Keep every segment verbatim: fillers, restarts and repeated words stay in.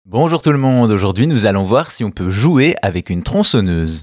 Bonjour tout le monde, aujourd'hui nous allons voir si on peut jouer avec une tronçonneuse.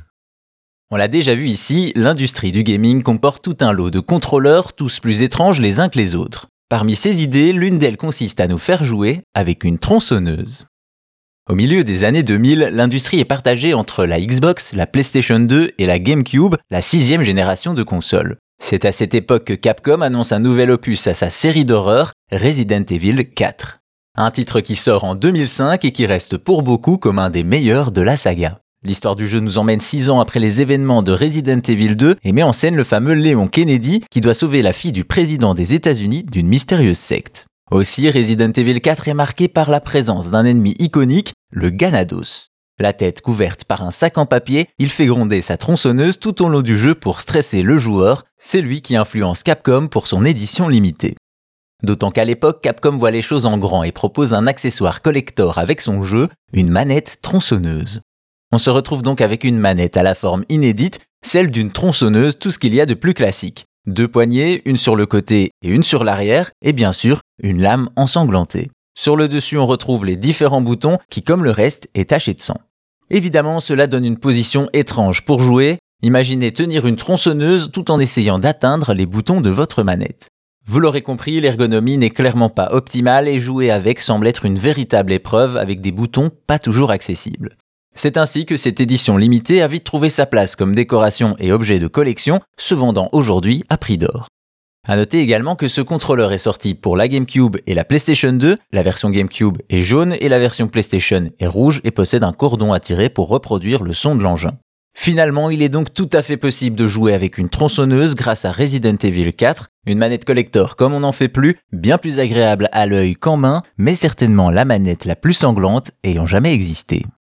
On l'a déjà vu ici, l'industrie du gaming comporte tout un lot de contrôleurs, tous plus étranges les uns que les autres. Parmi ces idées, l'une d'elles consiste à nous faire jouer avec une tronçonneuse. Au milieu des années deux mille, l'industrie est partagée entre la Xbox, la PlayStation deux et la GameCube, la sixième génération de consoles. C'est à cette époque que Capcom annonce un nouvel opus à sa série d'horreur, Resident Evil quatre. Un titre qui sort en deux mille cinq et qui reste pour beaucoup comme un des meilleurs de la saga. L'histoire du jeu nous emmène six ans après les événements de Resident Evil deux et met en scène le fameux Léon Kennedy qui doit sauver la fille du président des États-Unis d'une mystérieuse secte. Aussi, Resident Evil quatre est marqué par la présence d'un ennemi iconique, le Ganados. La tête couverte par un sac en papier, il fait gronder sa tronçonneuse tout au long du jeu pour stresser le joueur, c'est lui qui influence Capcom pour son édition limitée. D'autant qu'à l'époque, Capcom voit les choses en grand et propose un accessoire collector avec son jeu, une manette tronçonneuse. On se retrouve donc avec une manette à la forme inédite, celle d'une tronçonneuse, tout ce qu'il y a de plus classique. Deux poignées, une sur le côté et une sur l'arrière, et bien sûr, une lame ensanglantée. Sur le dessus, on retrouve les différents boutons qui, comme le reste, est taché de sang. Évidemment, cela donne une position étrange pour jouer. Imaginez tenir une tronçonneuse tout en essayant d'atteindre les boutons de votre manette. Vous l'aurez compris, l'ergonomie n'est clairement pas optimale et jouer avec semble être une véritable épreuve avec des boutons pas toujours accessibles. C'est ainsi que cette édition limitée a vite trouvé sa place comme décoration et objet de collection, se vendant aujourd'hui à prix d'or. A noter également que ce contrôleur est sorti pour la GameCube et la PlayStation deux, la version GameCube est jaune et la version PlayStation est rouge et possède un cordon à tirer pour reproduire le son de l'engin. Finalement, il est donc tout à fait possible de jouer avec une tronçonneuse grâce à Resident Evil quatre, une manette collector comme on n'en fait plus, bien plus agréable à l'œil qu'en main, mais certainement la manette la plus sanglante ayant jamais existé.